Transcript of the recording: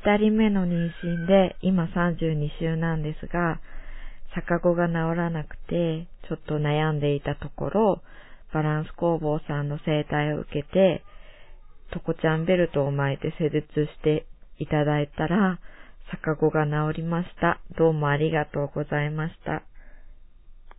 人目の妊娠で今32週なんですが、逆子が治らなくてちょっと悩んでいたところ、バランス工房さんの整体を受けて、トコちゃんベルトを巻いて施術していただいたら、逆子が治りました。どうもありがとうございました。